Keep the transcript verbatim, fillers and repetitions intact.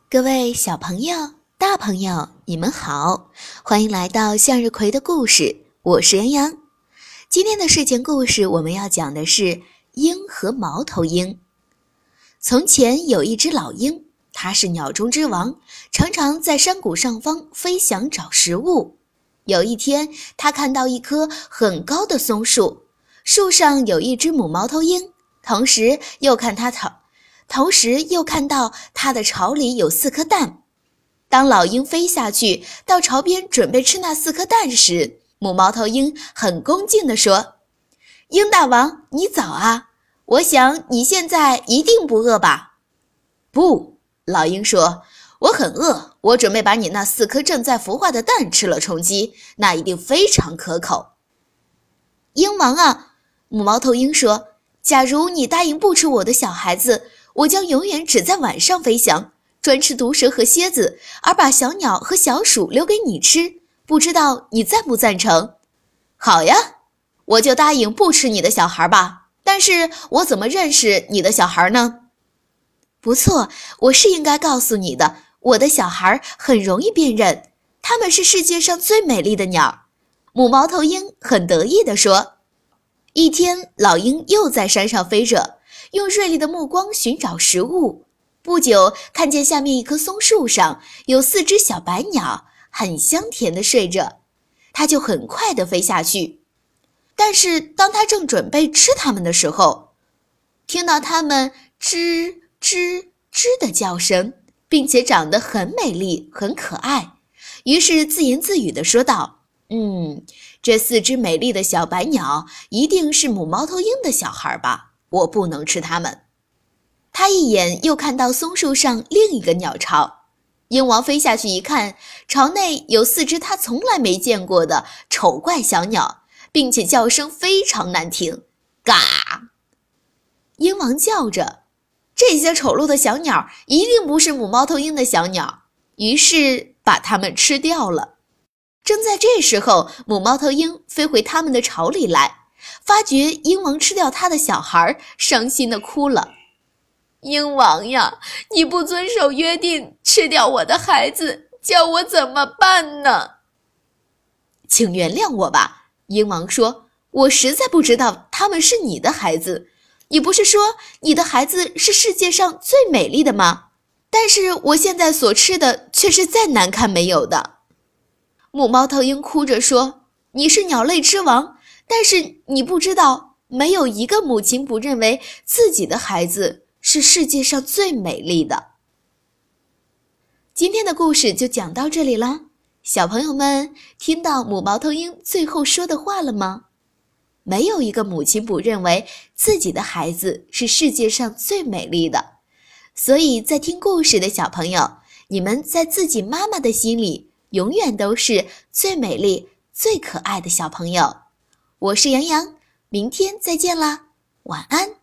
各位小朋友、大朋友，你们好，欢迎来到向日葵的故事，我是洋洋。今天的睡前故事我们要讲的是鹰和猫头鹰。从前有一只老鹰，它是鸟中之王，常常在山谷上方飞翔找食物。有一天，它看到一棵很高的松树，树上有一只母猫头鹰，同时又看它逃同时又看到它的巢里有四颗蛋。当老鹰飞下去到巢边准备吃那四颗蛋时，母猫头鹰很恭敬地说：鹰大王，你早啊，我想你现在一定不饿吧？不，老鹰说，我很饿，我准备把你那四颗正在孵化的蛋吃了充饥，那一定非常可口。鹰王啊，母猫头鹰说，假如你答应不吃我的小孩子，我将永远只在晚上飞翔，专吃毒蛇和蝎子，而把小鸟和小鼠留给你吃，不知道你赞不赞成？好呀，我就答应不吃你的小孩吧，但是我怎么认识你的小孩呢？不错，我是应该告诉你的，我的小孩很容易辨认，它们是世界上最美丽的鸟。母猫头鹰很得意地说。一天，老鹰又在山上飞着，用锐利的目光寻找食物。不久，看见下面一棵松树上有四只小白鸟，很香甜地睡着，它就很快地飞下去。但是当它正准备吃它们的时候，听到它们吱吱吱的叫声，并且长得很美丽，很可爱，于是自言自语地说道：嗯，这四只美丽的小白鸟一定是母猫头鹰的小孩吧，我不能吃它们。他一眼又看到松树上另一个鸟巢，鹰王飞下去一看，巢内有四只他从来没见过的丑怪小鸟，并且叫声非常难听，嘎！鹰王叫着，这些丑陋的小鸟一定不是母猫头鹰的小鸟，于是把它们吃掉了。正在这时候，母猫头鹰飞回他们的巢里来，发觉鹰王吃掉他的小孩，伤心地哭了。鹰王呀，你不遵守约定，吃掉我的孩子，叫我怎么办呢？请原谅我吧，鹰王说，我实在不知道他们是你的孩子。你不是说你的孩子是世界上最美丽的吗？但是我现在所吃的却是再难看没有的。母猫头鹰哭着说，你是鸟类之王，但是你不知道，没有一个母亲不认为自己的孩子是世界上最美丽的。今天的故事就讲到这里啦，小朋友们听到母猫头鹰最后说的话了吗？没有一个母亲不认为自己的孩子是世界上最美丽的，所以在听故事的小朋友，你们在自己妈妈的心里永远都是最美丽、最可爱的小朋友。我是洋洋，明天再见啦，晚安。